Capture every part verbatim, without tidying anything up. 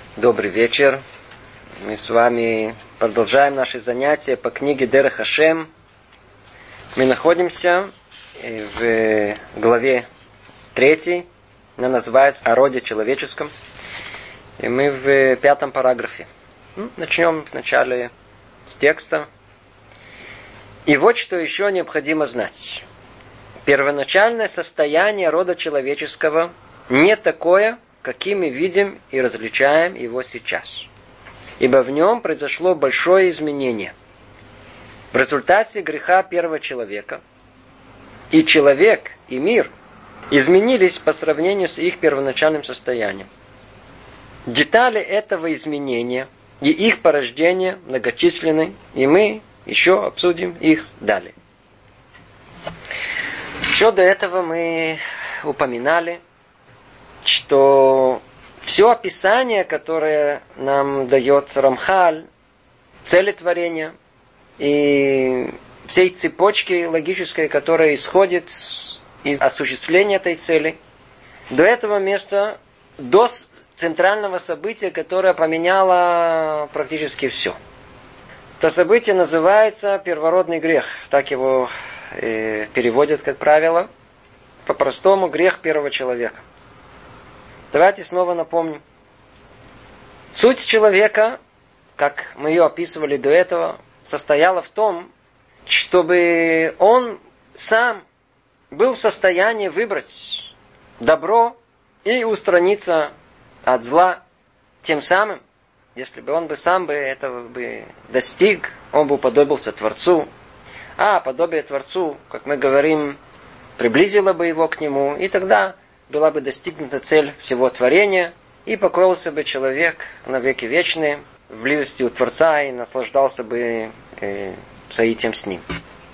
Добрый вечер. Мы с вами продолжаем наши занятия по книге Дерех Хашем. Мы находимся в главе третьей. Она называется «О роде человеческом». И мы в пятом параграфе. Ну, начнем вначале с текста. И вот что еще необходимо знать. Первоначальное состояние рода человеческого не такое, каким мы видим и различаем его сейчас. Ибо в нем произошло большое изменение. В результате греха первого человека и человек, и мир изменились по сравнению с их первоначальным состоянием. Детали этого изменения и их порождения многочисленны, и мы еще обсудим их далее. Еще до этого мы упоминали, что все описание, которое нам дает Рамхаль, цели творения и всей цепочки логической, которая исходит из осуществления этой цели, до этого места, до центрального события, которое поменяло практически все. Это событие называется первородный грех. Так его э, переводят, как правило, по-простому грех первого человека. Давайте снова напомним. Суть человека, как мы ее описывали до этого, состояла в том, чтобы он сам был в состоянии выбрать добро и устраниться от зла. Тем самым, если бы он бы сам бы этого бы достиг, он бы уподобился Творцу. А подобие Творцу, как мы говорим, приблизило бы его к нему, и тогда была бы достигнута цель всего творения, и покоился бы человек на веки вечные в близости у Творца и наслаждался бы э, соитием с ним.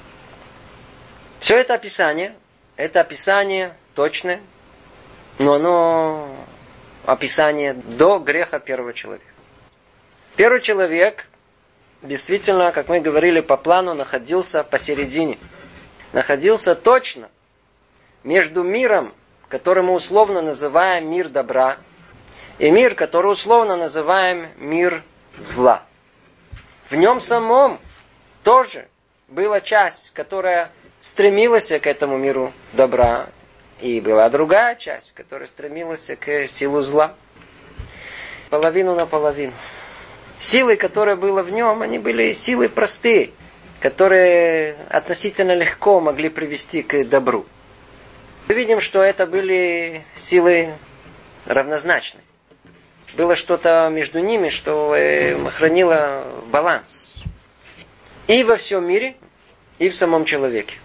Все это описание, это описание точное, но оно описание до греха первого человека. Первый человек действительно, как мы говорили по плану, находился посередине. Находился точно между миром, который мы условно называем мир добра, и мир, который условно называем мир зла. В нем самом тоже была часть, которая стремилась к этому миру добра, и была другая часть, которая стремилась к силу зла. Половину на половину. Силы, которые были в нем, они были силы простые, которые относительно легко могли привести к добру. Мы видим, что это были силы равнозначные. Было что-то между ними, что хранило баланс. И во всем мире, и в самом человеке.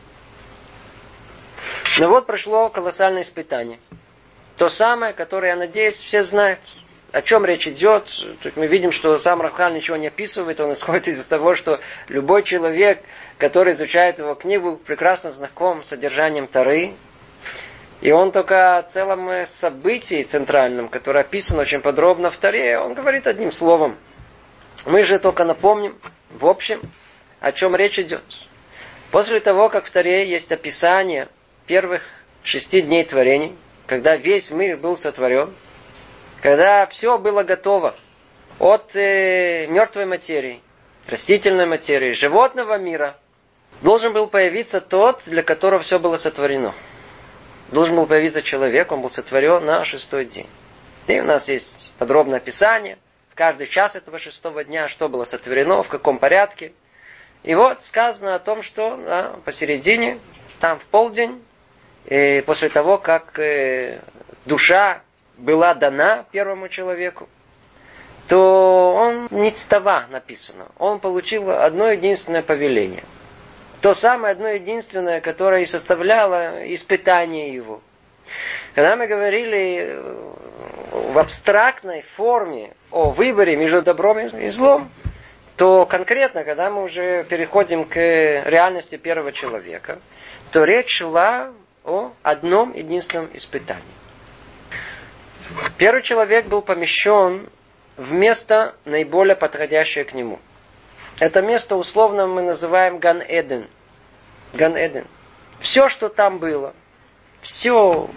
Но вот прошло колоссальное испытание. То самое, которое, я надеюсь, все знают. О чем речь идет. Тут мы видим, что сам Рамхаль ничего не описывает. Он исходит из того, что любой человек, который изучает его книгу, прекрасно знаком с содержанием Торы. И он только о целом событии центральном, которое описано очень подробно в Торе, он говорит одним словом. Мы же только напомним, в общем, о чем речь идет. После того, как в Торе есть описание первых шести дней творений, когда весь мир был сотворен, когда все было готово от э, мертвой материи, растительной материи, животного мира, должен был появиться тот, для которого все было сотворено. Должен был появиться человек, он был сотворен на шестой день. И у нас есть подробное описание в каждый час этого шестого дня, что было сотворено, в каком порядке. И вот сказано о том, что да, посередине, там в полдень, и после того, как э, душа была дана первому человеку, то он ництава написано. Он получил одно единственное повеление. То самое одно единственное, которое и составляло испытание его. Когда мы говорили в абстрактной форме о выборе между добром и злом, то конкретно, когда мы уже переходим к реальности первого человека, то речь шла о одном единственном испытании. Первый человек был помещен в место, наиболее подходящее к нему. Это место условно мы называем Ган-Эден. Ган-Эден. Все, что там было, все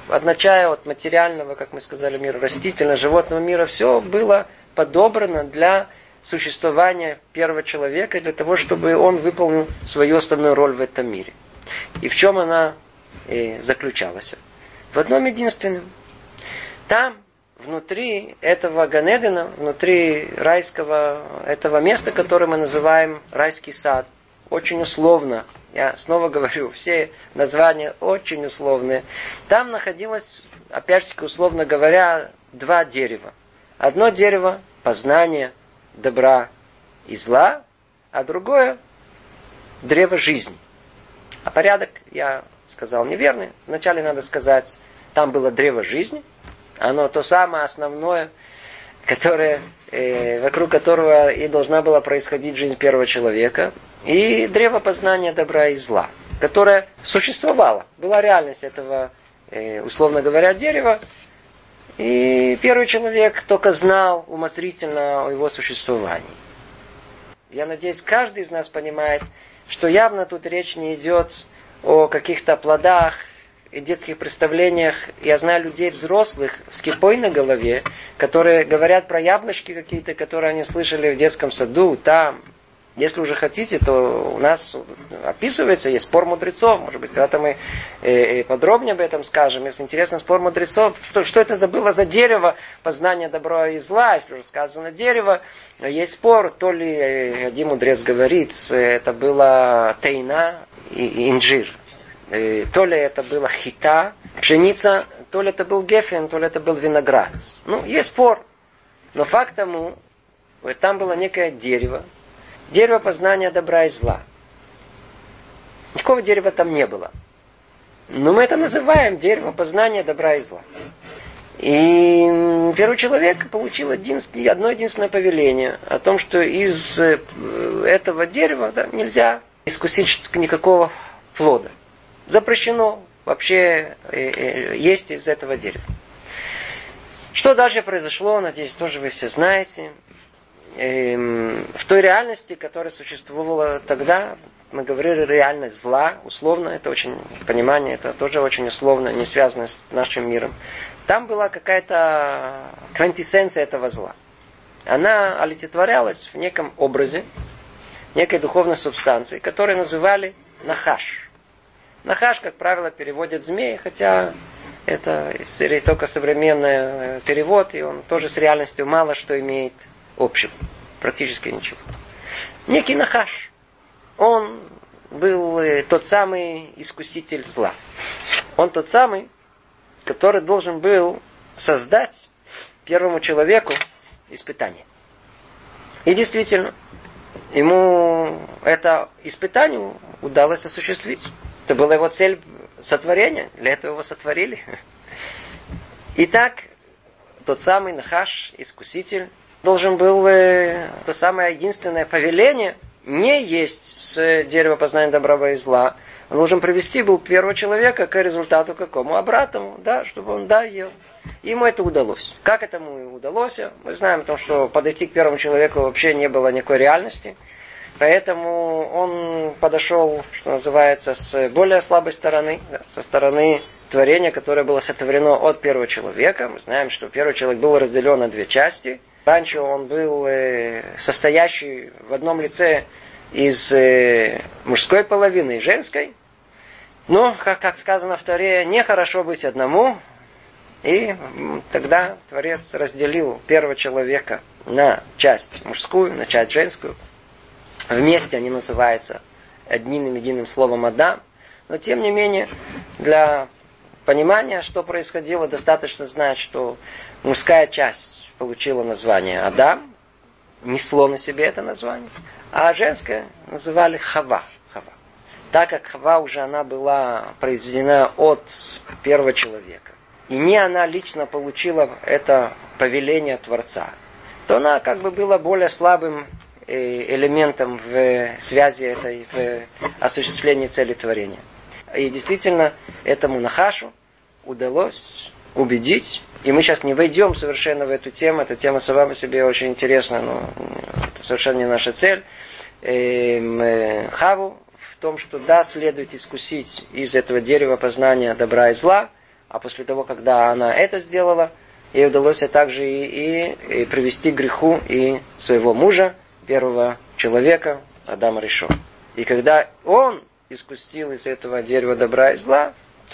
начиная от материального, как мы сказали, мира, растительного, животного мира, все было подобрано для существования первого человека, для того, чтобы он выполнил свою основную роль в этом мире. И в чем она э, заключалась? В одном единственном. Там, внутри этого Ганедена, внутри райского, этого места, которое мы называем райский сад, очень условно, я снова говорю, все названия очень условные, там находилось, опять же, условно говоря, два дерева. Одно дерево – познание добра и зла, а другое – древо жизни. А порядок, я сказал, неверный. Вначале надо сказать, там было древо жизни, оно то самое основное, которое, э, вокруг которого и должна была происходить жизнь первого человека, и древо познания добра и зла, которое существовало. Была реальность этого, э, условно говоря, дерева, и первый человек только знал умозрительно о его существовании. Я надеюсь, каждый из нас понимает, что явно тут речь не идет о каких-то плодах и детских представлениях. Я знаю людей взрослых с кипой на голове, которые говорят про яблочки какие-то, которые они слышали в детском саду, там. Если уже хотите, то у нас описывается, есть спор мудрецов. Может быть, когда-то мы подробнее об этом скажем. Если интересно, спор мудрецов, что, что это было за дерево, познание добра и зла, если уже сказано дерево. Есть спор, то ли один мудрец говорит, это было тейна и инжир. То ли это было хита, пшеница, то ли это был гефен, то ли это был виноград. Ну, есть спор. Но факт тому, там было некое дерево, дерево познания добра и зла. Никакого дерева там не было. Но мы это называем дерево познания добра и зла. И первый человек получил один, одно единственное повеление о том, что из этого дерева да, нельзя искусить никакого плода. Запрещено вообще есть из этого дерева. Что дальше произошло, надеюсь, тоже вы все знаете. В той реальности, которая существовала тогда, мы говорили реальность зла, условно, это очень, понимание, это тоже очень условно, не связано с нашим миром. Там была какая-то квинтэссенция этого зла. Она олицетворялась в неком образе, некой духовной субстанции, которую называли нахаш. Нахаш, как правило, переводят змей, хотя это только современный перевод, и он тоже с реальностью мало что имеет общего. Практически ничего. Некий нахаш. Он был тот самый искуситель зла. Он тот самый, который должен был создать первому человеку испытание. И действительно, ему это испытание удалось осуществить. Это была его цель сотворения. Для этого его сотворили. Итак, тот самый нахаш, искуситель, должен был э, то самое единственное повеление не есть с дерева познания добра и зла. Он должен привести был первого человека к результату какому? Обратному, да, чтобы он да ел. Ему это удалось. Как этому удалось? Мы знаем о том, что подойти к первому человеку вообще не было никакой реальности. Поэтому он подошел, что называется, с более слабой стороны, да, со стороны творения, которое было сотворено от первого человека. Мы знаем, что первый человек был разделен на две части. Раньше он был э, состоящий в одном лице из э, мужской половины и женской. Но, как, как сказано в Торе, нехорошо быть одному. И тогда Творец разделил первого человека на часть мужскую, на часть женскую. Вместе они называются одним единым словом Адам. Но, тем не менее, для понимания, что происходило, достаточно знать, что мужская часть получила название Адам, несло на себе это название, а женское называли Хава. Хава. Так как Хава уже она была произведена от первого человека, и не она лично получила это повеление Творца, то она как бы была более слабым элементом в связи этой, в осуществлении цели творения. И действительно, этому нахашу удалось убедить, и мы сейчас не войдем совершенно в эту тему, эта тема сама по себе очень интересна, но это совершенно не наша цель, Хаву в том, что да, следует искусить из этого дерева познания добра и зла, а после того, когда она это сделала, ей удалось также и, и, и привести к греху и своего мужа, первого человека, Адама Ришона. И когда он искусил из этого дерева добра и зла,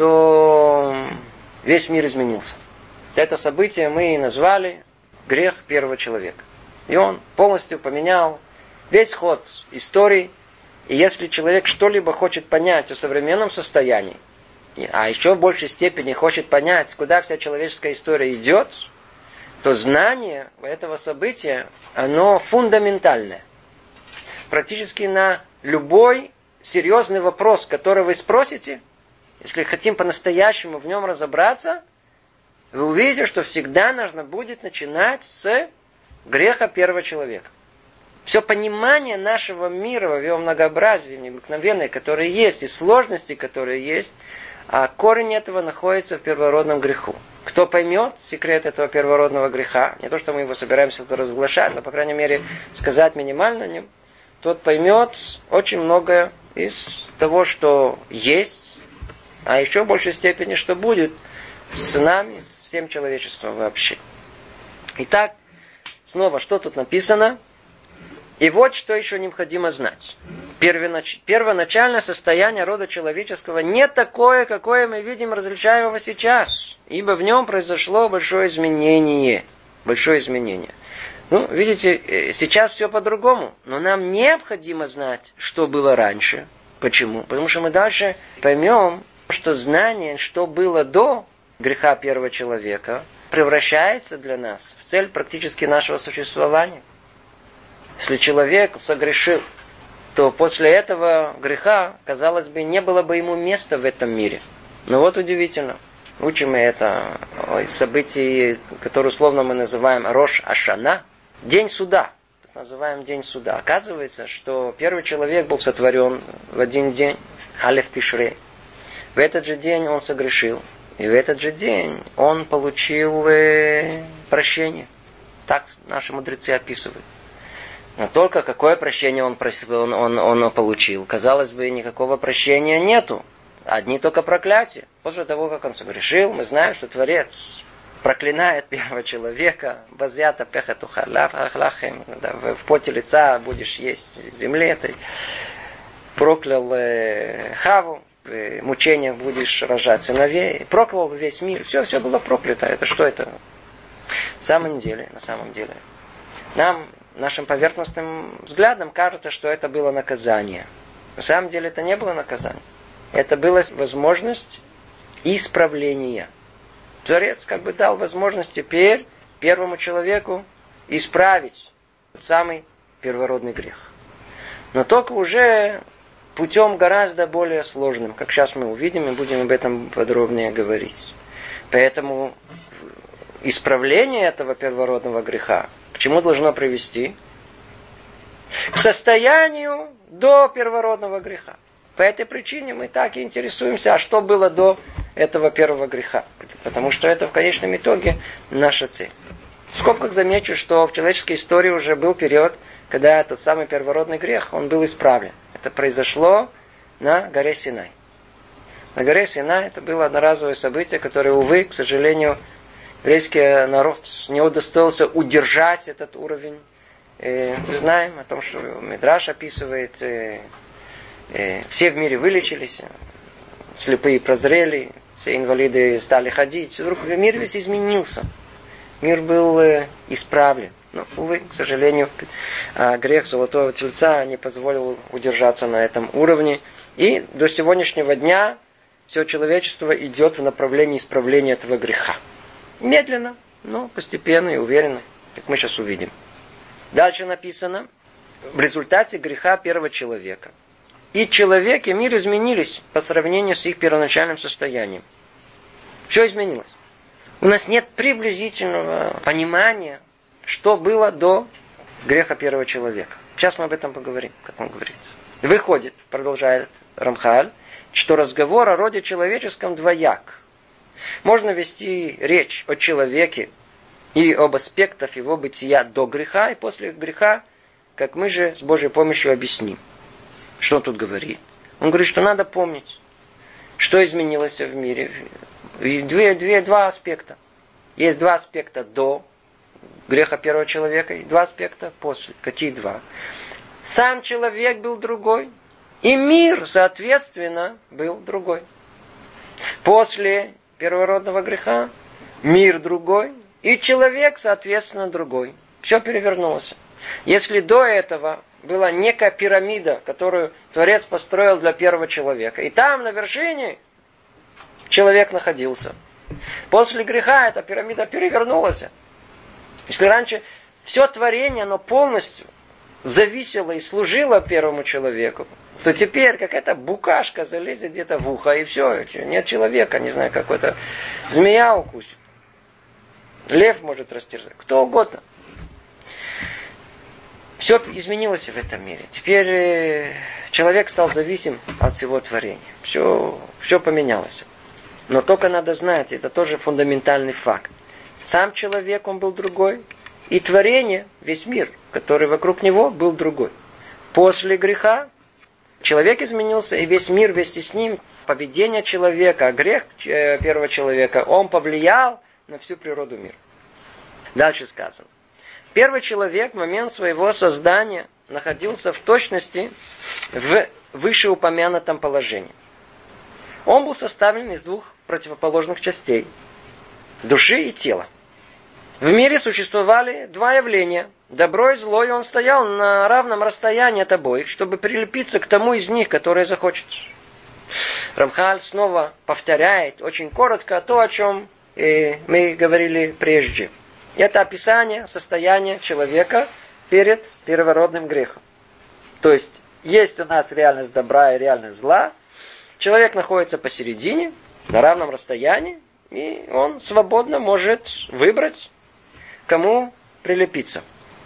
то весь мир изменился. Это событие мы назвали грех первого человека. И он полностью поменял весь ход истории. И если человек что-либо хочет понять о современном состоянии, а еще в большей степени хочет понять, куда вся человеческая история идет, то знание этого события, оно фундаментальное. Практически на любой серьезный вопрос, который вы спросите, если хотим по-настоящему в нем разобраться, вы увидите, что всегда нужно будет начинать с греха первого человека. Все понимание нашего мира во его многообразии, необыкновенное, которое есть, и сложности, которые есть, а корень этого находится в первородном греху. Кто поймет секрет этого первородного греха, не то, что мы его собираемся тут разглашать, но, по крайней мере, сказать минимально о нем, тот поймет очень многое из того, что есть, а еще в большей степени, что будет с нами, с всем человечеством вообще. Итак, снова, что тут написано? И вот что еще необходимо знать. Первонач... Первоначальное состояние рода человеческого не такое, какое мы видим, различаем его сейчас. Ибо в нем произошло большое изменение. Большое изменение. Ну, видите, сейчас все по-другому. Но нам необходимо знать, что было раньше. Почему? Потому что мы дальше поймем, что знание, что было до греха первого человека, превращается для нас в цель практически нашего существования. Если человек согрешил, то после этого греха, казалось бы, не было бы ему места в этом мире. Но вот удивительно. Учим мы это из событий, которые условно мы называем Рош Ашана, День суда. Называем День суда. Оказывается, что первый человек был сотворен в один день, Алеф Тишрей. В этот же день он согрешил. И в этот же день он получил э, прощение. Так наши мудрецы описывают. Но только какое прощение он, он, он, он получил? Казалось бы, никакого прощения нету. Одни только проклятия. После того, как он согрешил, мы знаем, что Творец проклинает первого человека. Базята пехату халахлахем. В поте лица будешь есть земли этой. Проклял э, Хаву. В мучениях будешь рожать сыновей. Проклял весь мир. Все, все было проклято. Это что это? В самом деле, на самом деле. Нам... Нашим поверхностным взглядом кажется, что это было наказание. На самом деле это не было наказание. Это была возможность исправления. Творец как бы дал возможность теперь первому человеку исправить тот самый первородный грех. Но только уже путем гораздо более сложным, как сейчас мы увидим и будем об этом подробнее говорить. Поэтому исправление этого первородного греха к чему должно привести? К состоянию до первородного греха. По этой причине мы так и интересуемся, а что было до этого первого греха. Потому что это в конечном итоге наша цель. В скобках замечу, что в человеческой истории уже был период, когда тот самый первородный грех, он был исправлен. Это произошло на горе Синай. На горе Синай это было одноразовое событие, которое, увы, к сожалению, еврейский народ не удостоился удержать этот уровень. И мы знаем о том, что Мидраш описывает, и, и все в мире вылечились, слепые прозрели, все инвалиды стали ходить. Вдруг мир весь изменился. Мир был исправлен. Но, увы, к сожалению, грех золотого тельца не позволил удержаться на этом уровне. И до сегодняшнего дня все человечество идет в направлении исправления этого греха. Медленно, но постепенно и уверенно, как мы сейчас увидим. Дальше написано, в результате греха первого человека. И человек, и мир изменились по сравнению с их первоначальным состоянием. Все изменилось. У нас нет приблизительного понимания, что было до греха первого человека. Сейчас мы об этом поговорим, как он говорится. Выходит, продолжает Рамхаль, что разговор о роде человеческом двояк. Можно вести речь о человеке и об аспектах его бытия до греха и после греха, как мы же с Божьей помощью объясним. Что он тут говорит? Он говорит, что надо помнить, что изменилось в мире Две, две, два аспекта. Есть два аспекта до греха первого человека и два аспекта после. Какие два? Сам человек был другой, и мир, соответственно, был другой. После первородного греха мир другой, и человек, соответственно, другой. Все перевернулось. Если до этого была некая пирамида, которую Творец построил для первого человека, и там на вершине человек находился. После греха эта пирамида перевернулась. Если раньше все творение, оно полностью зависело и служило первому человеку, то теперь какая-то букашка залезет где-то в ухо, и все, нет человека, не знаю, какой-то змея укусит. Лев может растерзать, кто угодно. Все изменилось в этом мире. Теперь человек стал зависим от всего творения. Все, все поменялось. Но только надо знать, это тоже фундаментальный факт. Сам человек, он был другой. И творение, весь мир, который вокруг него, был другой. После греха человек изменился, и весь мир вместе с ним. Поведение человека, грех первого человека, он повлиял на всю природу мира. Дальше сказано. Первый человек в момент своего создания находился в точности в вышеупомянутом положении. Он был составлен из двух противоположных частей – души и тела. В мире существовали два явления – добро и зло, и он стоял на равном расстоянии от обоих, чтобы прилепиться к тому из них, которое захочет. Рамхаль снова повторяет очень коротко то, о чем мы говорили прежде. Это описание состояния человека перед первородным грехом. То есть, есть у нас реальность добра и реальность зла. Человек находится посередине, на равном расстоянии, и он свободно может выбрать, кому прилепиться.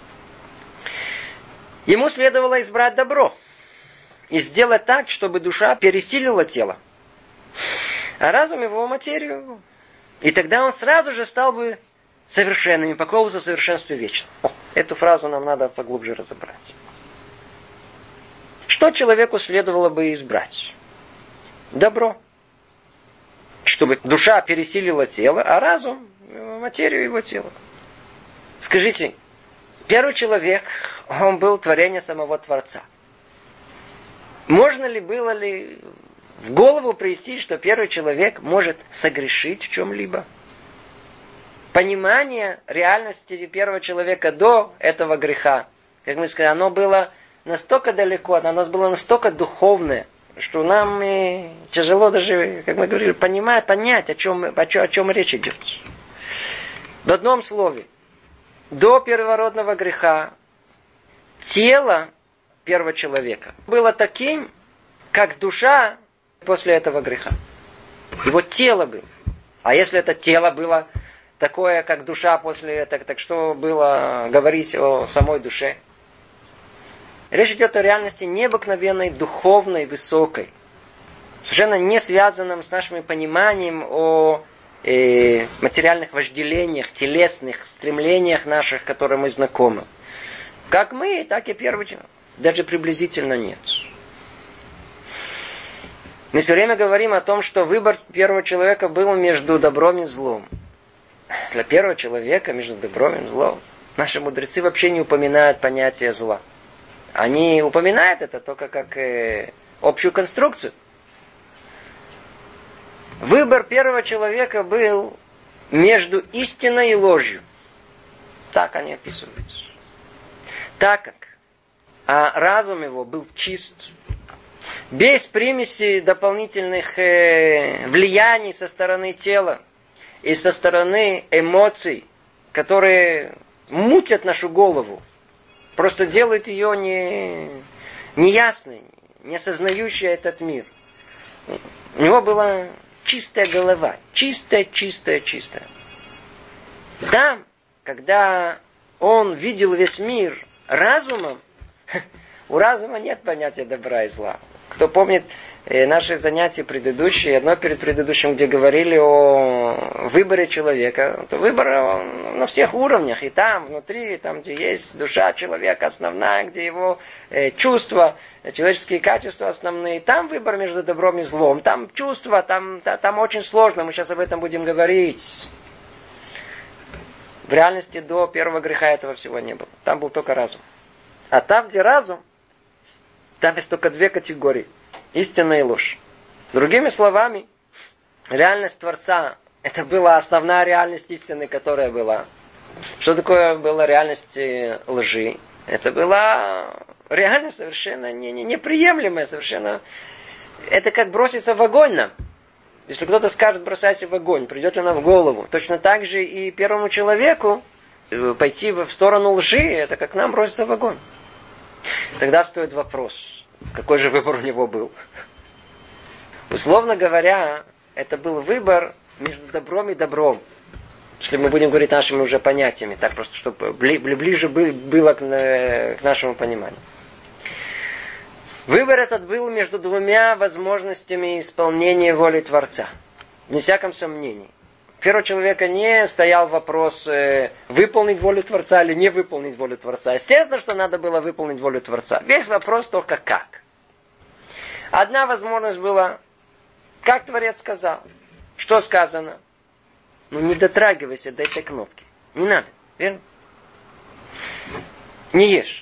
Ему следовало избрать добро и сделать так, чтобы душа пересилила тело, а разум его материю. И тогда он сразу же стал бы совершенным и поклонился совершенству вечно. О, эту фразу нам надо поглубже разобрать. Что человеку следовало бы избрать? Добро. Чтобы душа пересилила тело, а разум материю его тела. Скажите, первый человек, он был творение самого Творца. Можно ли было ли в голову прийти, что первый человек может согрешить в чем-либо? Понимание реальности первого человека до этого греха, как мы сказали, оно было настолько далеко, оно было настолько духовное, что нам и тяжело даже, как мы говорили, понимать, понять, о чем, о чем, о чем речь идет. В одном слове, до первородного греха тело первого человека было таким, как душа после этого греха. Его тело было. А если это тело было такое, как душа после этого, так что было говорить о самой душе? Речь идет о реальности необыкновенной, духовной, высокой. Совершенно не связанном с нашим пониманием о э, материальных вожделениях, телесных стремлениях наших, которые мы знакомы. Как мы, так и первый человек. Даже приблизительно нет. Мы все время говорим о том, что выбор первого человека был между добром и злом. Для первого человека между добром и злом наши мудрецы вообще не упоминают понятие зла. Они упоминают это только как э, общую конструкцию. Выбор первого человека был между истиной и ложью. Так они описывают. Так как а разум его был чист, без примеси дополнительных э, влияний со стороны тела и со стороны эмоций, которые мутят нашу голову, просто делают ее не, неясной, не осознающей этот мир. У него была чистая голова, чистая, чистая, чистая. Там, когда он видел весь мир разумом, у разума нет понятия добра и зла. Кто помнит наши занятия предыдущие, одно перед предыдущим, где говорили о выборе человека. То выбор на всех уровнях, и там, внутри, там, где есть душа человека основная, где его э, чувства, человеческие качества основные, там выбор между добром и злом, там чувства, там, та, там очень сложно, мы сейчас об этом будем говорить. В реальности до первого греха этого всего не было. Там был только разум. А там, где разум, там есть только две категории. Истина и ложь. Другими словами, реальность Творца, это была основная реальность истины, которая была. Что такое была реальность лжи? Это была реальность совершенно не, не, неприемлемая, совершенно... Это как броситься в огонь нам. Если кто-то скажет, бросайся в огонь, придет ли она в голову. Точно так же и первому человеку пойти в сторону лжи, это как нам броситься в огонь. Тогда встает вопрос. Какой же выбор у него был? Условно говоря, это был выбор между добром и добром. Если мы будем говорить нашими уже понятиями, так просто, чтобы ближе было к нашему пониманию. Выбор этот был между двумя возможностями исполнения воли Творца. Вне всяком сомнении. У первого человека не стоял вопрос, э, выполнить волю Творца или не выполнить волю Творца. Естественно, что надо было выполнить волю Творца. Весь вопрос только как. Одна возможность была, как Творец сказал. Что сказано? Ну не дотрагивайся до этой кнопки. Не надо, верно? Не ешь.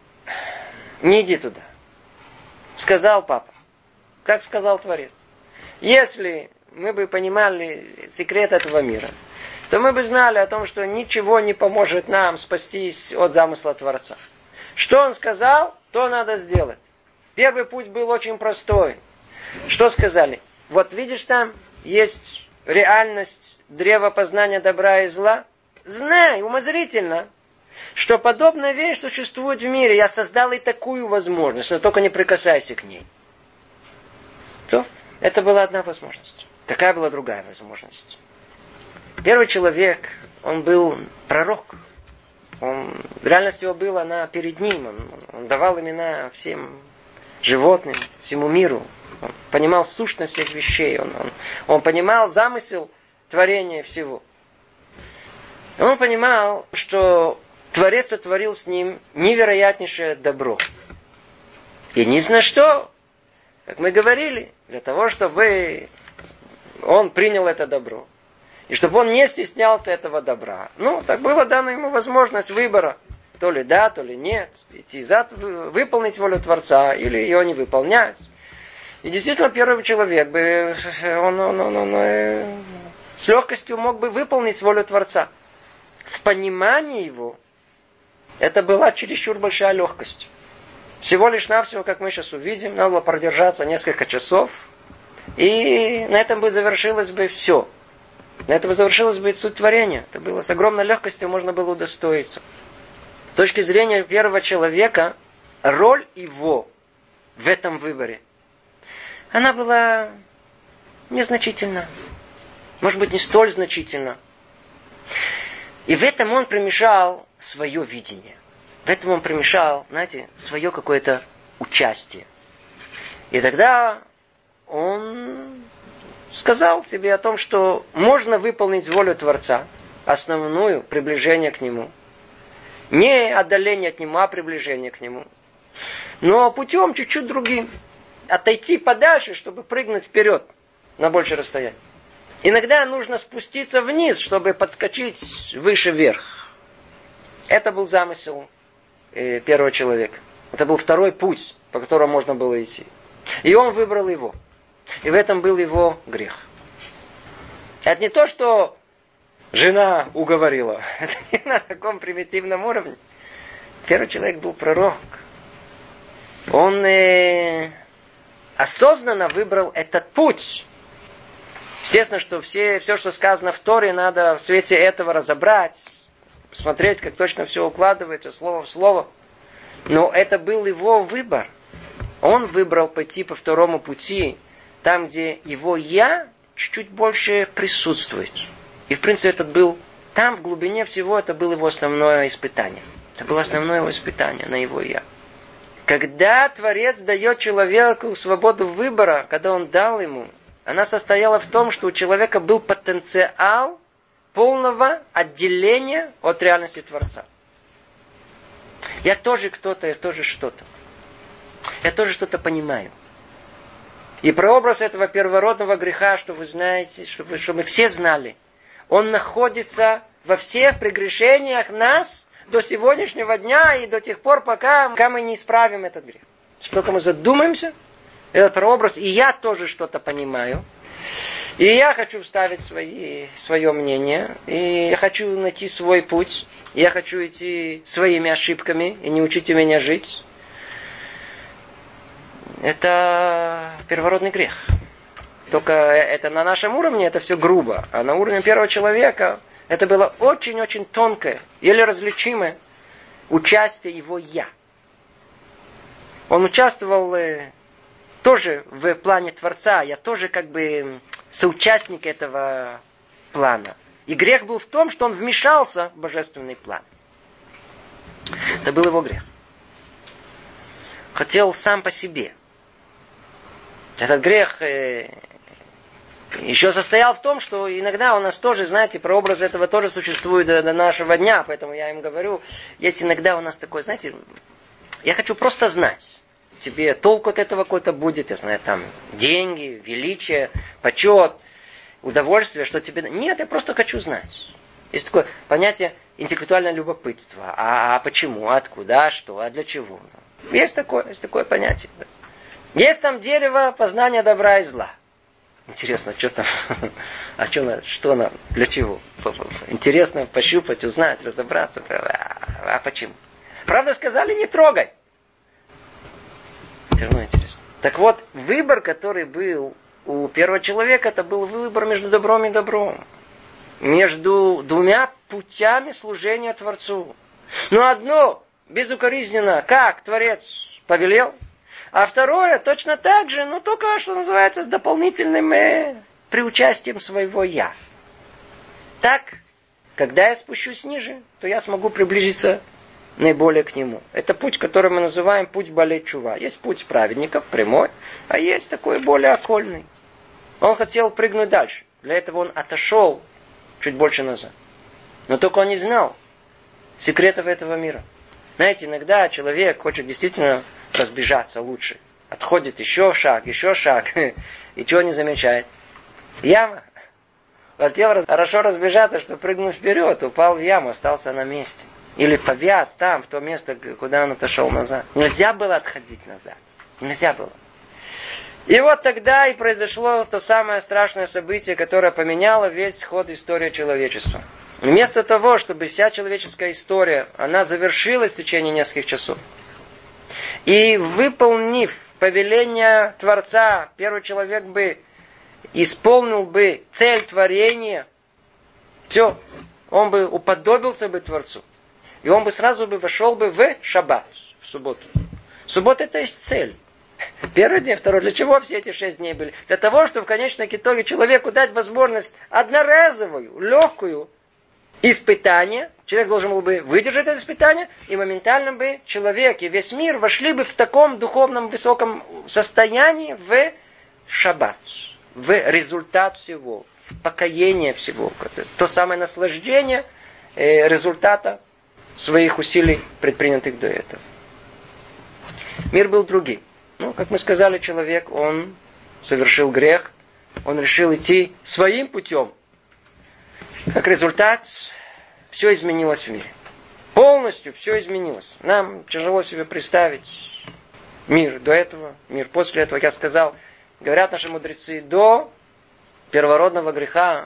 Не иди туда. Сказал папа. Как сказал Творец. Если мы бы понимали секрет этого мира, то мы бы знали о том, что ничего не поможет нам спастись от замысла Творца. Что он сказал, то надо сделать. Первый путь был очень простой. Что сказали? Вот видишь, там есть реальность древа познания добра и зла. Знай умозрительно, что подобная вещь существует в мире. Я создал и такую возможность, но только не прикасайся к ней. То, это была одна возможность. Такая была другая возможность. Первый человек, он был пророк. Он, реальность его была, она перед ним. Он, он давал имена всем животным, всему миру. Он понимал сущность всех вещей. Он, он, он понимал замысел творения всего. Он понимал, что Творец сотворил с ним невероятнейшее добро. И не знаю что, как мы говорили, для того, чтобы он принял это добро. И чтобы он не стеснялся этого добра. Ну, так было дано ему возможность выбора. То ли да, то ли нет. Идти за, выполнить волю Творца или ее не выполнять. И действительно, первый человек бы, он, он, он, он, он с легкостью мог бы выполнить волю Творца. В понимании его это была чересчур большая легкость. Всего лишь навсего, как мы сейчас увидим, надо было продержаться несколько часов. И на этом бы завершилось бы все. На этом бы завершилось бы суть творения. Это было с огромной легкостью, можно было удостоиться. С точки зрения первого человека, роль его в этом выборе, она была незначительна. Может быть, не столь значительна. И в этом он примешал свое видение. В этом он примешал, знаете, свое какое-то участие. И тогда он сказал себе о том, что можно выполнить волю Творца, основную, приближение к Нему. Не отдаление от Него, а приближение к Нему. Но путем чуть-чуть другим. Отойти подальше, чтобы прыгнуть вперед на большее расстояние. Иногда нужно спуститься вниз, чтобы подскочить выше вверх. Это был замысел э, первого человека. Это был второй путь, по которому можно было идти. И он выбрал его. И в этом был его грех. Это не то, что жена уговорила. Это не на таком примитивном уровне. Первый человек был пророк. Он э, осознанно выбрал этот путь. Естественно, что все, все, что сказано в Торе, надо в свете этого разобрать, посмотреть, как точно все укладывается, слово в слово. Но это был его выбор. Он выбрал пойти по второму пути, там, где его «я» чуть-чуть больше присутствует. И, в принципе, этот был, там, в глубине всего, это было его основное испытание. Это было основное его испытание на его «я». Когда Творец дает человеку свободу выбора, когда Он дал ему, она состояла в том, что у человека был потенциал полного отделения от реальности Творца. Я тоже кто-то, я тоже что-то. Я тоже что-то понимаю. И прообраз этого первородного греха, что вы знаете, что, вы, что мы все знали, он находится во всех прегрешениях нас до сегодняшнего дня и до тех пор, пока, пока мы не исправим этот грех. Только мы задумаемся, этот прообраз, и я тоже что-то понимаю, и я хочу вставить свои, свое мнение, и я хочу найти свой путь, и я хочу идти своими ошибками, и не учите меня жить. Это первородный грех. Только это на нашем уровне, это все грубо. А на уровне первого человека это было очень-очень тонкое, еле различимое участие его «я». Он участвовал э, тоже в плане Творца. Я тоже как бы соучастник этого плана. И грех был в том, что он вмешался в божественный план. Это был его грех. Хотел сам по себе. Этот грех э, еще состоял в том, что иногда у нас тоже, знаете, прообраз этого тоже существует до, до нашего дня, поэтому я им говорю, есть иногда у нас такое, знаете, я хочу просто знать, тебе толк от этого какой-то будет, я знаю, там, деньги, величие, почет, удовольствие, что тебе... Нет, я просто хочу знать. Есть такое понятие интеллектуальное любопытство. А, а почему, откуда, а что, а для чего? Есть такое, есть такое понятие. Есть там дерево познания добра и зла. Интересно, что там, а что, что нам, для чего? Интересно пощупать, узнать, разобраться. А, а почему? Правда сказали, не трогай. Все равно интересно. Так вот, выбор, который был у первого человека, это был выбор между добром и добром. Между двумя путями служения Творцу. Но одно безукоризненно, как Творец повелел, а второе точно так же, но только, что называется, с дополнительным э, приучастием своего «я». Так, когда я спущусь ниже, то я смогу приблизиться наиболее к нему. Это путь, который мы называем путь балей чува. Есть путь праведников, прямой, а есть такой более окольный. Он хотел прыгнуть дальше. Для этого он отошел чуть больше назад. Но только он не знал секретов этого мира. Знаете, иногда человек хочет действительно разбежаться лучше. Отходит еще шаг, еще шаг. И чего не замечает? Яма. Хотел хорошо разбежаться, чтобы прыгнуть вперед. Упал в яму, остался на месте. Или повяз там, в то место, куда он отошел назад. Нельзя было отходить назад. Нельзя было. И вот тогда и произошло то самое страшное событие, которое поменяло весь ход истории человечества. Вместо того, чтобы вся человеческая история, она завершилась в течение нескольких часов. И выполнив повеление Творца, первый человек бы исполнил бы цель творения, все, он бы уподобился бы Творцу. И он бы сразу бы вошел бы в шаббат, в субботу. Суббота это есть цель. Первый день, второй. Для чего все эти шесть дней были? Для того, чтобы в конечном итоге человеку дать возможность одноразовую, легкую испытание. Человек должен был бы выдержать это испытание, и моментально бы человек и весь мир вошли бы в таком духовном высоком состоянии в шаббат, в результат всего, в покаяние всего. То самое наслаждение результата своих усилий, предпринятых до этого. Мир был другим. Ну, как мы сказали, человек, он совершил грех, он решил идти своим путем. Как результат, все изменилось в мире. Полностью все изменилось. Нам тяжело себе представить мир до этого, мир после этого. Я сказал, говорят наши мудрецы, до первородного греха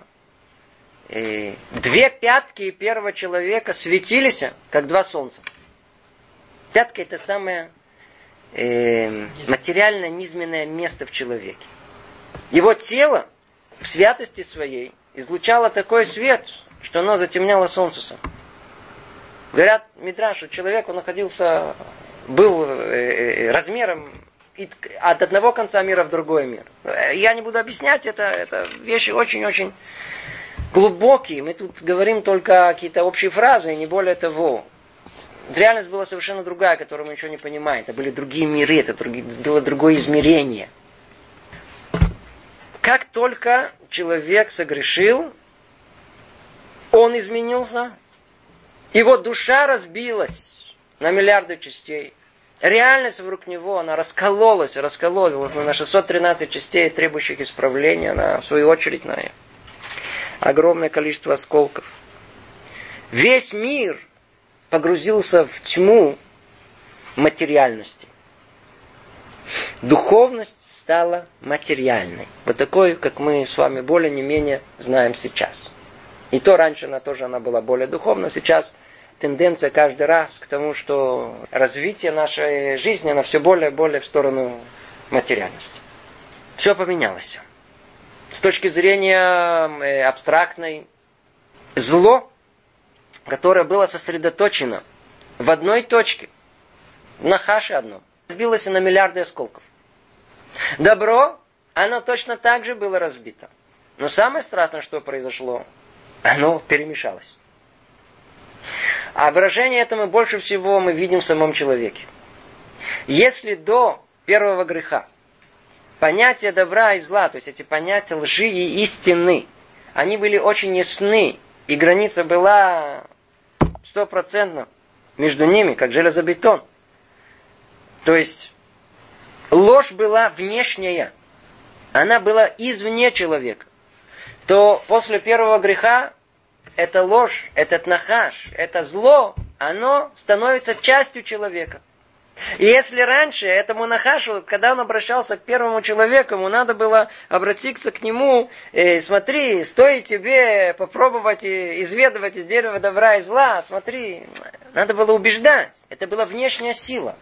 и две пятки первого человека светились, как два солнца. Пятка это самое э, материально низменное место в человеке. Его тело в святости своей излучало такой свет, что оно затемняло солнце сам. Говорят, Мидраш, что человек, он находился, был э, размером от одного конца мира в другой мир. Я не буду объяснять, это, это вещи очень-очень глубокие. Мы тут говорим только какие-то общие фразы, и не более того. реальность была совершенно другая, которую мы еще не понимаем. Это были другие миры, это было другое измерение. Как только человек согрешил, он изменился, его душа разбилась на миллиарды частей. Реальность вокруг него, она раскололась, раскололась на шестьсот тринадцать частей, требующих исправления, она, в свою очередь, на огромное количество осколков. Весь мир погрузился в тьму материальности. Духовность стала материальной. Вот такой, как мы с вами более не менее знаем сейчас. И то раньше она тоже она была более духовна. Сейчас тенденция каждый раз к тому, что развитие нашей жизни, она все более и более в сторону материальности. Все поменялось. С точки зрения абстрактной, зло, которое было сосредоточено в одной точке, на хаше одном, разбилось на миллиарды осколков. Добро, оно точно так же было разбито. Но самое страшное, что произошло, оно перемешалось. А выражение этому больше всего мы видим в самом человеке. Если до первого греха понятия добра и зла, то есть эти понятия лжи и истины, они были очень ясны, и граница была стопроцентно между ними, как железобетон. То есть ложь была внешняя, она была извне человека. То после первого греха эта ложь, этот нахаш, это зло, оно становится частью человека. И если раньше этому нахашу, когда он обращался к первому человеку, ему надо было обратиться к нему, э, смотри, стоит тебе попробовать изведывать из дерева добра и зла, смотри, надо было убеждать. Это была внешняя сила.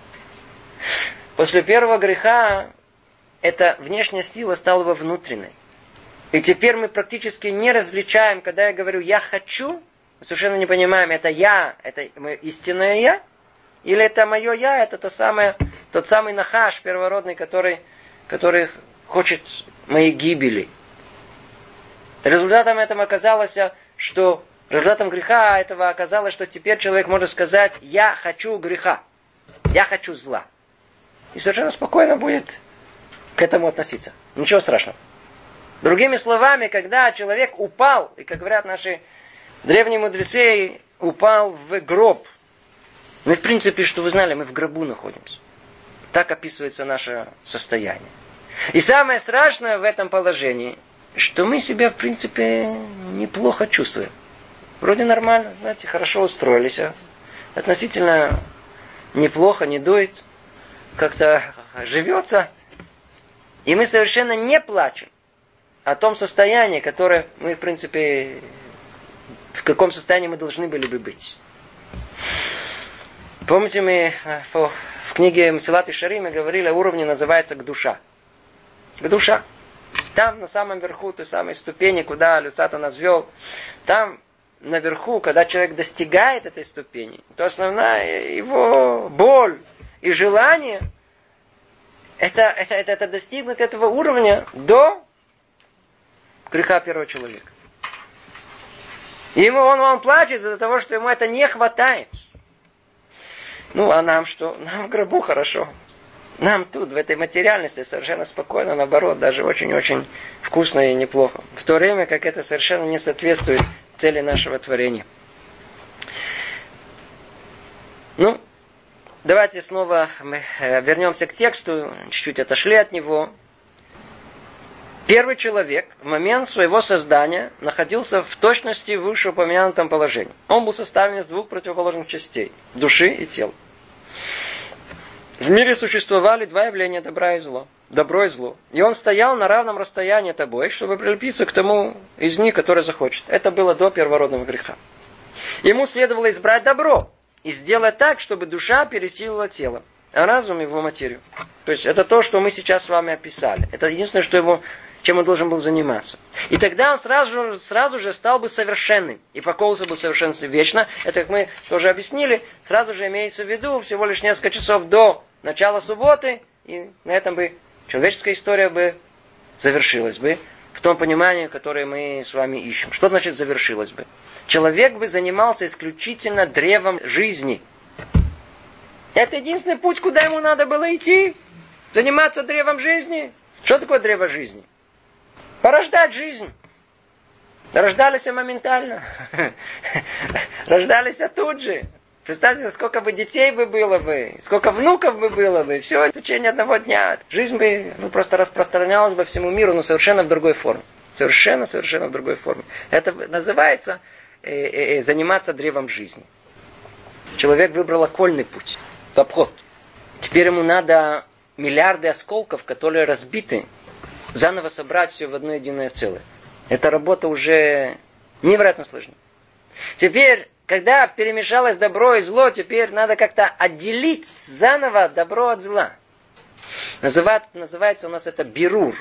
После первого греха эта внешняя сила стала бы внутренней. И теперь мы практически не различаем, когда я говорю «я хочу», мы совершенно не понимаем, это «я», это истинное «я», или это мое «я», это то самое, тот самый нахаш первородный, который, который хочет моей гибели. Результатом этого оказалось, что результатом греха этого оказалось, что теперь человек может сказать «я хочу греха», «я хочу зла». И совершенно спокойно будет к этому относиться. Ничего страшного. Другими словами, когда человек упал, и, как говорят наши древние мудрецы, упал в гроб. Мы, в принципе, что вы знали, мы в гробу находимся. Так описывается наше состояние. И самое страшное в этом положении, что мы себя, в принципе, неплохо чувствуем. Вроде нормально, знаете, хорошо устроились. А относительно неплохо, не дует. Как-то живется. И мы совершенно не плачем о том состоянии, которое мы, в принципе, в каком состоянии мы должны были бы быть. Помните, мы в книге Месилат Йешарим мы говорили о уровне, называется Гдуша. Гдуша. Там, на самом верху той самой ступени, куда Люцату нас вел, там, наверху, когда человек достигает этой ступени, то основная его боль и желание это, это, это, это достигнуть этого уровня до греха первого человека. И ему он, он плачет из-за того, что ему это не хватает. Ну, а нам что? Нам в гробу хорошо. Нам тут, в этой материальности, совершенно спокойно, наоборот, даже очень-очень вкусно и неплохо. В то время, как это совершенно не соответствует цели нашего творения. Ну, давайте снова мы вернемся к тексту, чуть-чуть отошли от него. Первый человек в момент своего создания находился в точности в вышеупомянутом положении. Он был составлен из двух противоположных частей – души и тела. В мире существовали два явления – добра и зло. Добро и зло. И он стоял на равном расстоянии от обоих, чтобы прилепиться к тому из них, который захочет. Это было до первородного греха. Ему следовало избрать добро и сделать так, чтобы душа пересилила тело, а разум его материю. То есть это то, что мы сейчас с вами описали. Это единственное, что его... чем он должен был заниматься. И тогда он сразу, сразу же стал бы совершенным. И поколся бы совершенством вечно. Это, как мы тоже объяснили, сразу же имеется в виду всего лишь несколько часов до начала субботы. И на этом бы человеческая история бы завершилась бы. В том понимании, которое мы с вами ищем. Что значит завершилась бы? Человек бы занимался исключительно древом жизни. Это единственный путь, куда ему надо было идти. Заниматься древом жизни. Что такое древо жизни? Порождать жизнь. Рождались моментально. Рождались тут же. Представьте, сколько бы детей бы было бы, сколько внуков бы было бы. Все, в течение одного дня. Жизнь бы ну, просто распространялась бы всему миру, но совершенно в другой форме. Совершенно, совершенно в другой форме. Это называется э, э, заниматься древом жизни. Человек выбрал окольный путь. Обход. Теперь ему надо миллиарды осколков, которые разбиты, заново собрать все в одно единое целое. Эта работа уже невероятно сложна. Теперь, когда перемешалось добро и зло, теперь надо как-то отделить заново добро от зла. Называет, называется у нас это бирур.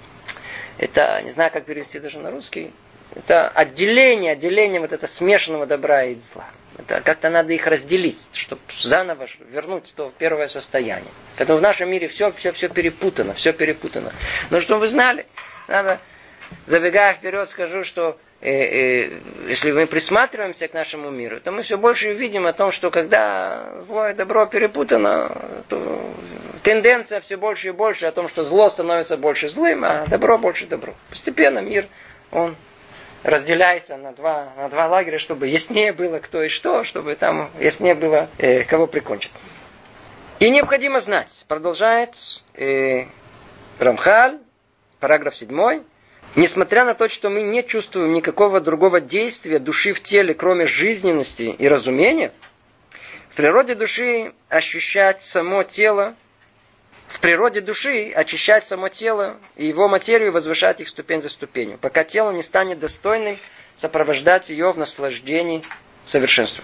Это, не знаю, как перевести даже на русский. Это отделение, отделение вот этого смешанного добра и зла. Это как-то надо их разделить, чтобы заново вернуть то первое состояние. Поэтому в нашем мире все, все, все перепутано, все перепутано. Но чтобы вы знали, надо, забегая вперед, скажу, что э, э, если мы присматриваемся к нашему миру, то мы все больше видим о том, что когда зло и добро перепутано, то тенденция все больше и больше о том, что зло становится больше злым, а добро больше добро. Постепенно мир, он разделяется на два, на два лагеря, чтобы яснее было кто и что, чтобы там яснее было, э, кого прикончить. И необходимо знать, продолжает э, Рамхаль, параграф седьмой, несмотря на то, что мы не чувствуем никакого другого действия души в теле, кроме жизненности и разумения, в природе души ощущать само тело, в природе души очищать само тело и его материю возвышать их ступень за ступенью, пока тело не станет достойным сопровождать ее в наслаждении совершенством.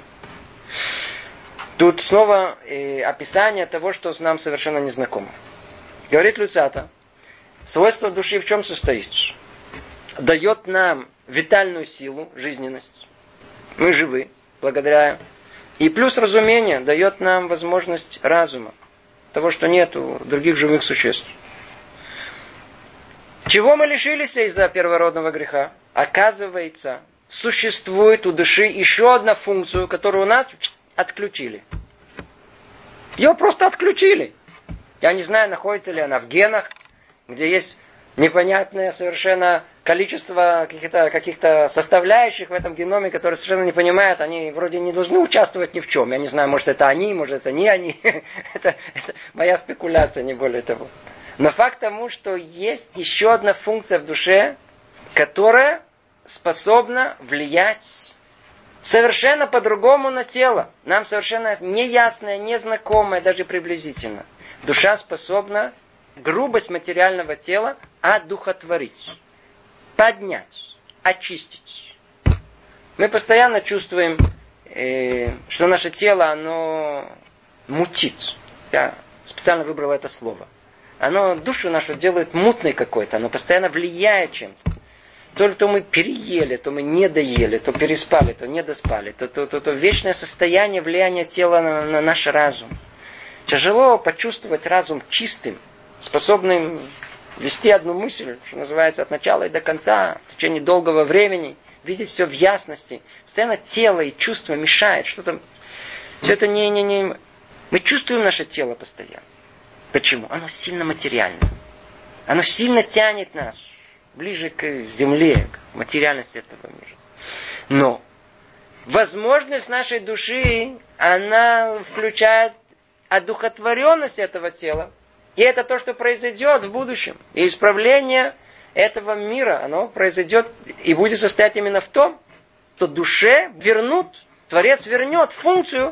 Тут снова э, описание того, что нам совершенно незнакомо. Говорит Люцата, свойство души в чем состоит? Дает нам витальную силу, жизненность. Мы живы, благодаря. И плюс разумение дает нам возможность разума. Того, что нет у других живых существ. Чего мы лишились из-за первородного греха? Оказывается, существует у души еще одна функция, которую у нас отключили. Ее просто отключили. Я не знаю, находится ли она в генах, где есть непонятное совершенно количество каких-то, каких-то составляющих в этом геноме, которые совершенно не понимают, они вроде не должны участвовать ни в чем. Я не знаю, может это они, может это не они. это, это моя спекуляция, не более того. Но факт тому, что есть еще одна функция в душе, которая способна влиять совершенно по-другому на тело. Нам совершенно неясное, незнакомое, даже приблизительно. Душа способна грубость материального тела одухотворить, поднять, очистить. Мы постоянно чувствуем, э, что наше тело, оно мутит. Я специально выбрал это слово. Оно душу нашу делает мутной какой-то, оно постоянно влияет чем-то. То ли то мы переели, то мы не доели, то переспали, то не доспали. То, то, то, то вечное состояние влияния тела на, на наш разум. Тяжело почувствовать разум чистым, способным вести одну мысль, что называется, от начала и до конца, в течение долгого времени, видеть все в ясности. Постоянно тело и чувства мешает. Что-то... Все это не, не, не... Мы чувствуем наше тело постоянно. Почему? Оно сильно материально. Оно сильно тянет нас ближе к земле, к материальности этого мира. Но возможность нашей души, она включает одухотворенность этого тела. И это то, что произойдет в будущем. И исправление этого мира, оно произойдет и будет состоять именно в том, что душе вернут, Творец вернет функцию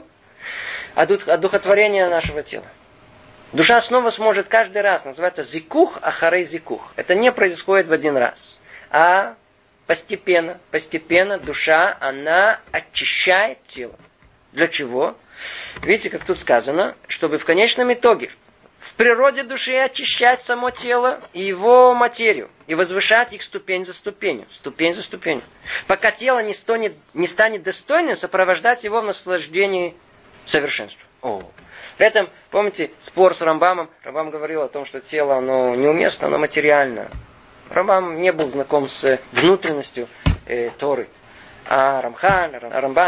одухотворения нашего тела. Душа снова сможет каждый раз, называется зикух ахарей зикух. Это не происходит в один раз. А постепенно, постепенно душа, она очищает тело. Для чего? Видите, как тут сказано, чтобы в конечном итоге в природе души очищать само тело и его материю. И возвышать их ступень за ступенью. Ступень за ступенью. Пока тело не станет, не станет достойным сопровождать его в наслаждении совершенства. О. В этом, помните, спор с Рамбамом. Рамбам говорил о том, что тело, оно неуместно, оно материально. Рамбам не был знаком с внутренностью э, Торы. А Рамхаль, Рамбан,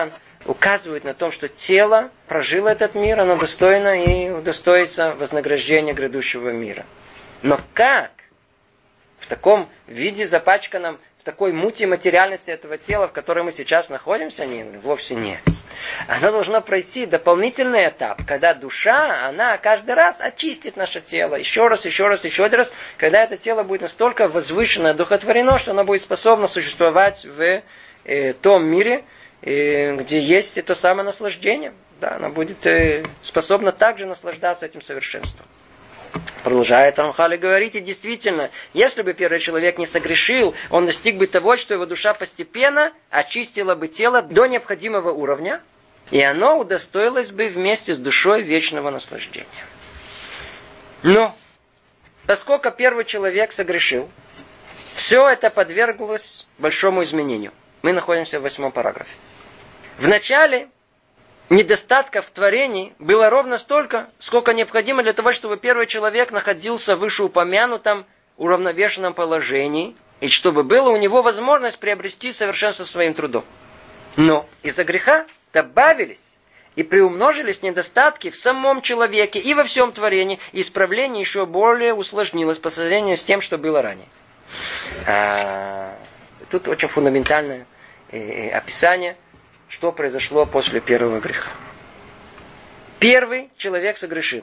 указывают на то, что тело прожило этот мир, оно достойно и удостоится вознаграждения грядущего мира. Но как в таком виде запачканном, в такой мути материальности этого тела, в которой мы сейчас находимся, нет, вовсе нет. Оно должно пройти дополнительный этап, когда душа, она каждый раз очистит наше тело. Еще раз, еще раз, еще один раз, когда это тело будет настолько возвышено, одухотворено, что оно будет способно существовать в э, том мире, э, где есть это самое наслаждение. Да, оно будет э, способно также наслаждаться этим совершенством. Продолжает Рамхаль и говорит, и действительно, если бы первый человек не согрешил, он достиг бы того, что его душа постепенно очистила бы тело до необходимого уровня, и оно удостоилось бы вместе с душой вечного наслаждения. Но, поскольку первый человек согрешил, все это подверглось большому изменению. Мы находимся в восьмом параграфе. Вначале недостатков в творении было ровно столько, сколько необходимо для того, чтобы первый человек находился в вышеупомянутом уравновешенном положении, и чтобы была у него возможность приобрести совершенство своим трудом. Но из-за греха добавились и приумножились недостатки в самом человеке и во всем творении, и исправление еще более усложнилось по сравнению с тем, что было ранее. А, тут очень фундаментальное э, описание, что произошло после первого греха. Первый человек согрешил.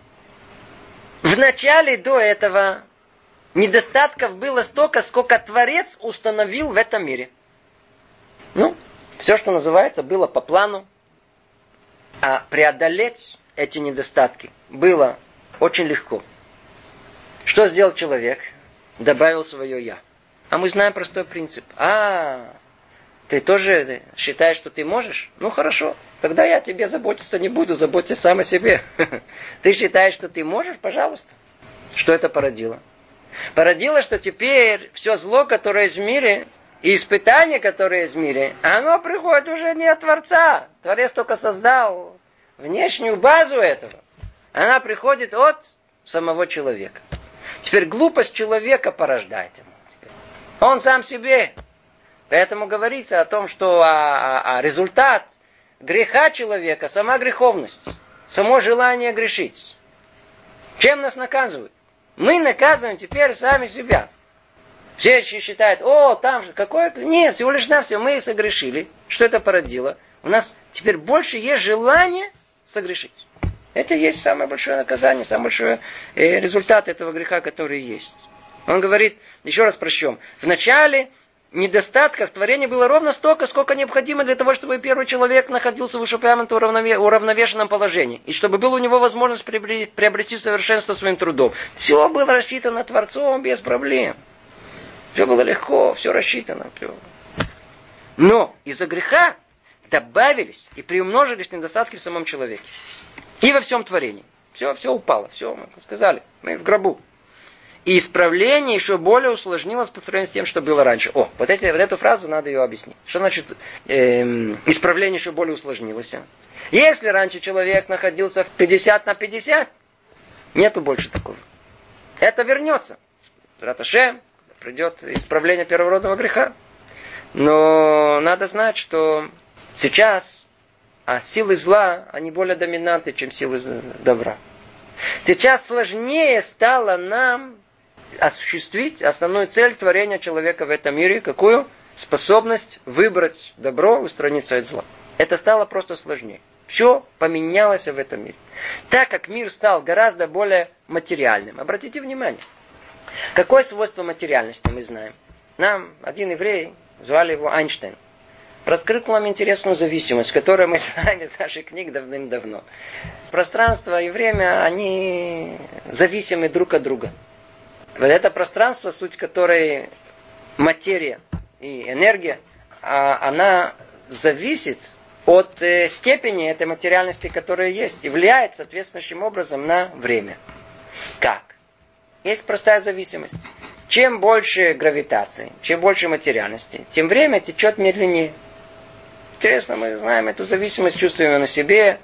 Вначале до этого недостатков было столько, сколько Творец установил в этом мире. Ну, все, что называется, было по плану. А преодолеть эти недостатки было очень легко. Что сделал человек? Добавил свое «я». А мы знаем простой принцип. А, ты тоже считаешь, что ты можешь? Ну хорошо, тогда я о тебе заботиться не буду, заботься сам о себе. Ты считаешь, что ты можешь? Пожалуйста. Что это породило? Породило, что теперь все зло, которое есть в мире, и испытание, которое есть в мире, оно приходит уже не от Творца. Творец только создал внешнюю базу этого. Она приходит от самого человека. Теперь глупость человека порождает ему. Он сам себе. Поэтому говорится о том, что а, а, а результат греха человека, сама греховность, само желание грешить. Чем нас наказывают? Мы наказываем теперь сами себя. Все считают, о, там же какое... Нет, всего лишь навсего мы согрешили. Что это породило? У нас теперь больше есть желание согрешить. Это и есть самое большое наказание, самый большой э, результат этого греха, который есть. Он говорит, еще раз прочтем. Вначале недостатков в творении было ровно столько, сколько необходимо для того, чтобы первый человек находился в вышеупомянутом уравновешенном положении. И чтобы была у него возможность приобрести совершенство своим трудом. Все было рассчитано Творцом без проблем. Все было легко, все рассчитано. Все. Но из-за греха добавились и приумножились недостатки в самом человеке. И во всем творении. Все, все упало. Все, мы сказали. Мы в гробу. И исправление еще более усложнилось по сравнению с тем, что было раньше. О, вот, эти, вот эту фразу надо ее объяснить. Что значит эм, исправление еще более усложнилось? Если раньше человек находился в пятьдесят на пятьдесят, нету больше такого. Это вернется. Раташем, придет исправление первородного греха. Но надо знать, что сейчас а силы зла, они более доминантны, чем силы добра. Сейчас сложнее стало нам осуществить основную цель творения человека в этом мире. Какую? Способность выбрать добро, устраниться от зла. Это стало просто сложнее. Все поменялось в этом мире. Так как мир стал гораздо более материальным. Обратите внимание. Какое свойство материальности мы знаем? Нам один еврей, звали его Эйнштейн, раскрыл нам интересную зависимость, которую мы знаем из наших книг давным-давно. Пространство и время, они зависимы друг от друга. Вот это пространство, суть которой материя и энергия, она зависит от степени этой материальности, которая есть, и влияет соответствующим образом на время. Как? Есть простая зависимость. Чем больше гравитации, чем больше материальности, тем время течет медленнее. Интересно, мы знаем эту зависимость, чувствуем ее на себе.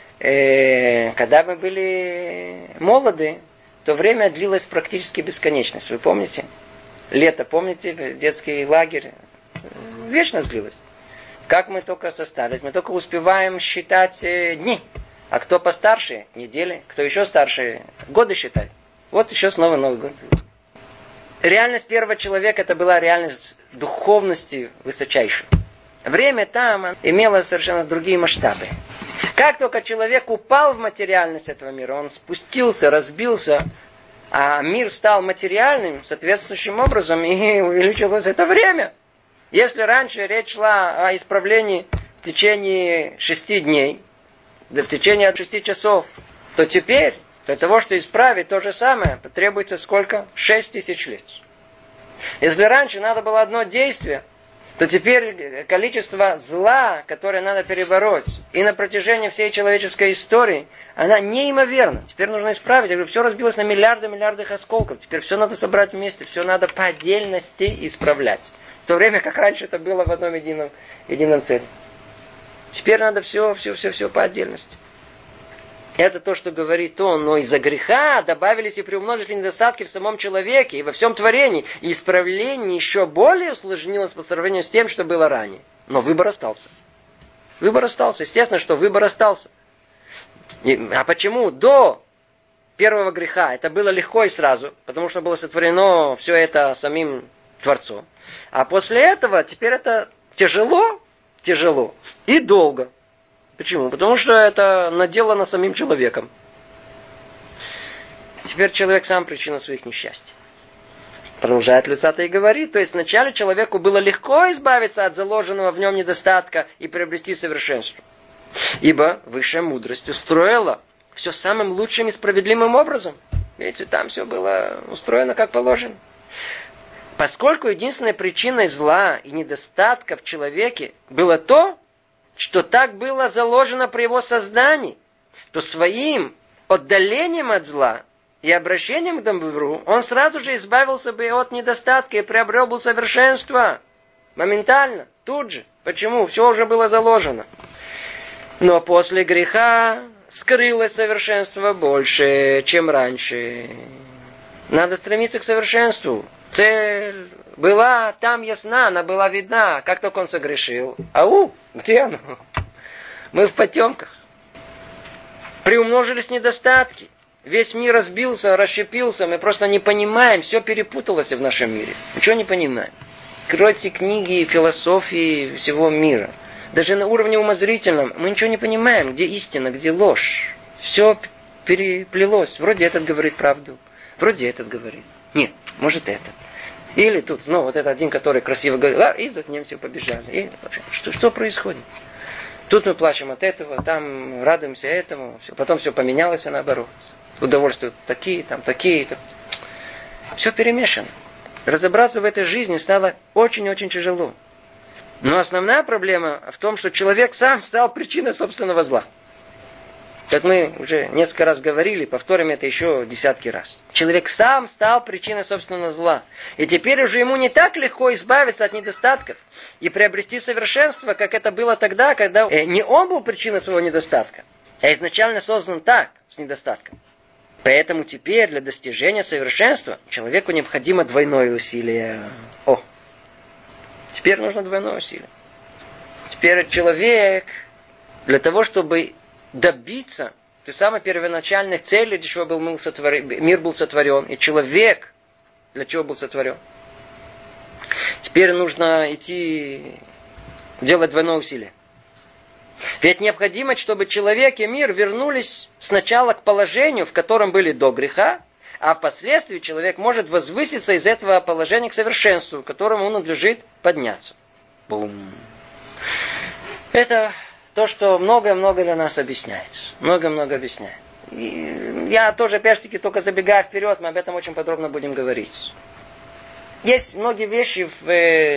Э, когда мы были молоды, то время длилось практически бесконечность. Вы помните? Лето, помните? Детский лагерь. Вечно длилось. Как мы только состарились, мы только успеваем считать дни. А кто постарше, недели, кто еще старше, годы считает. Вот еще снова Новый год. Реальность первого человека это была реальность духовности высочайшей. Время там имело совершенно другие масштабы. Как только человек упал в материальность этого мира, он спустился, разбился, а мир стал материальным соответствующим образом, и увеличилось это время. Если раньше речь шла о исправлении в течение шести дней, да в течение шести часов, то теперь для того, чтобы исправить то же самое, потребуется сколько? Шесть тысяч лет. Если раньше надо было одно действие, то теперь количество зла, которое надо перебороть, и на протяжении всей человеческой истории, она неимоверна. Теперь нужно исправить. Я говорю, все разбилось на миллиарды миллиардах осколков. Теперь все надо собрать вместе, все надо по отдельности исправлять. В то время как раньше это было в одном едином, едином целе. Теперь надо все, все, все, все по отдельности. Это то, что говорит он. Но из-за греха добавились и приумножили недостатки в самом человеке и во всем творении. И исправление еще более усложнилось по сравнению с тем, что было ранее. Но выбор остался. Выбор остался. Естественно, что выбор остался. И, а почему до первого греха это было легко и сразу? Потому что было сотворено все это самим Творцом. А после этого теперь это тяжело, тяжело и долго. Почему? Потому что это наделано самим человеком. Теперь человек сам причина своих несчастий. Продолжает Люцатый и говорит, то есть вначале человеку было легко избавиться от заложенного в нем недостатка и приобрести совершенство. Ибо высшая мудрость устроила все самым лучшим и справедливым образом. Видите, там все было устроено как положено. Поскольку единственной причиной зла и недостатка в человеке было то, что так было заложено при его создании, то своим отдалением от зла и обращением к добру он сразу же избавился бы от недостатка и приобрел бы совершенство. Моментально, тут же. Почему? Все уже было заложено. Но после греха скрылось совершенство больше, чем раньше. Надо стремиться к совершенству. Цель была там ясна, она была видна. Как только он согрешил. Ау, где оно? Мы в потемках. Приумножились недостатки. Весь мир разбился, расщепился. Мы просто не понимаем. Все перепуталось в нашем мире. Ничего не понимаем. Откройте книги философии всего мира. Даже на уровне умозрительном мы ничего не понимаем. Где истина, где ложь. Все переплелось. Вроде этот говорит правду. Вроде этот говорит. Нет, может этот. Или тут, ну, вот этот один, который красиво говорил, а, и за ним все побежали. И, что, что происходит? Тут мы плачем от этого, там радуемся этому. Все. Потом все поменялось, а наоборот. Удовольствия такие, там такие. Так. Все перемешано. Разобраться в этой жизни стало очень-очень тяжело. Но основная проблема в том, что человек сам стал причиной собственного зла. Как мы уже несколько раз говорили, повторим это еще десятки раз. Человек сам стал причиной собственного зла. И теперь уже ему не так легко избавиться от недостатков и приобрести совершенство, как это было тогда, когда не он был причиной своего недостатка, а изначально создан так, с недостатком. Поэтому теперь для достижения совершенства человеку необходимо двойное усилие. О! Теперь нужно двойное усилие. Теперь человек для того, чтобы добиться той самой первоначальной цели, для чего был мир сотворен, мир был сотворен, и человек для чего был сотворен. Теперь нужно идти делать двойное усилие. Ведь необходимо, чтобы человек и мир вернулись сначала к положению, в котором были до греха, а впоследствии человек может возвыситься из этого положения к совершенству, к которому он надлежит подняться. Бум. Это то, что многое-много для нас объясняет. Много-много объясняет. И я тоже, опять-таки, только забегая вперед, мы об этом очень подробно будем говорить. Есть многие вещи в,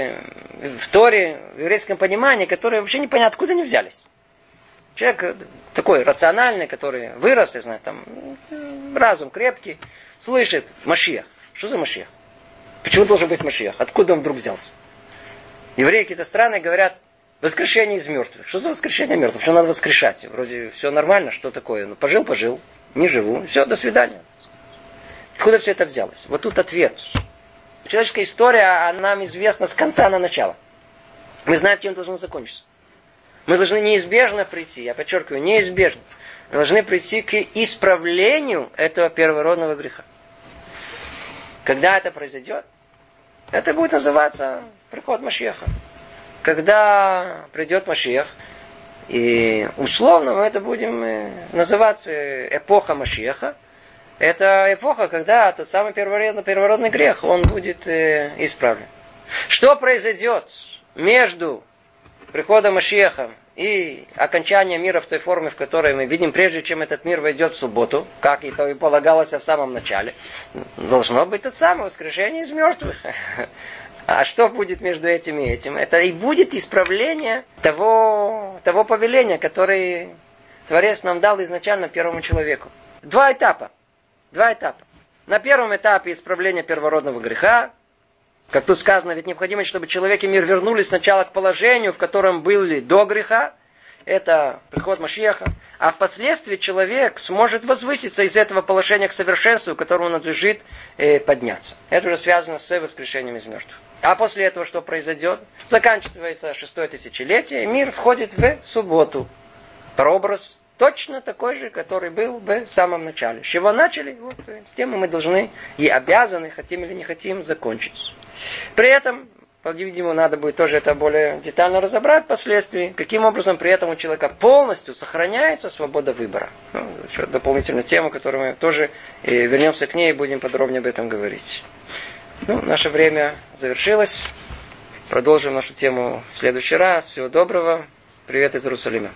в Торе, в еврейском понимании, которые вообще непонятно, откуда они взялись. Человек такой рациональный, который вырос, я знаю, там, разум крепкий, слышит Машиах. Что за Машиах? Почему должен быть Машиах? Откуда он вдруг взялся? Евреи какие-то страны говорят, воскрешение из мертвых. Что за воскрешение мертвых? Что надо воскрешать? Вроде все нормально, что такое? Ну, пожил, пожил, не живу, все, до свидания. Откуда все это взялось? Вот тут ответ. Человеческая история, она нам известна с конца на начало. Мы знаем, чем должно закончиться. Мы должны неизбежно прийти, я подчеркиваю, неизбежно. Мы должны прийти к исправлению этого первородного греха. Когда это произойдет, это будет называться приход Машиаха. Когда придет Машиах, и условно мы это будем называть эпоха Машиаха, это эпоха, когда тот самый первородный, первородный грех, он будет исправлен. Что произойдет между приходом Машиаха и окончанием мира в той форме, в которой мы видим, прежде чем этот мир войдет в субботу, как и то и полагалось в самом начале, должно быть то самое воскрешение из мертвых. А что будет между этим и этим? Это и будет исправление того, того повеления, которое Творец нам дал изначально первому человеку. Два этапа. Два этапа. На первом этапе исправления первородного греха, как тут сказано, ведь необходимо, чтобы человек и мир вернулись сначала к положению, в котором были до греха. Это приход Машиаха. А впоследствии человек сможет возвыситься из этого положения к совершенству, которому надлежит э, подняться. Это уже связано с воскрешением из мертвых. А после этого что произойдет? Заканчивается шестое тысячелетие, и мир входит в субботу. Прообраз точно такой же, который был в самом начале. С чего начали? Вот, с тем мы должны и обязаны, хотим или не хотим, закончить. При этом, по-видимому, надо будет тоже это более детально разобрать впоследствии, каким образом при этом у человека полностью сохраняется свобода выбора. Ну, еще дополнительную тему, которую мы тоже и вернемся к ней и будем подробнее об этом говорить. Ну, наше время завершилось. Продолжим нашу тему в следующий раз. Всего доброго. Привет из Иерусалима.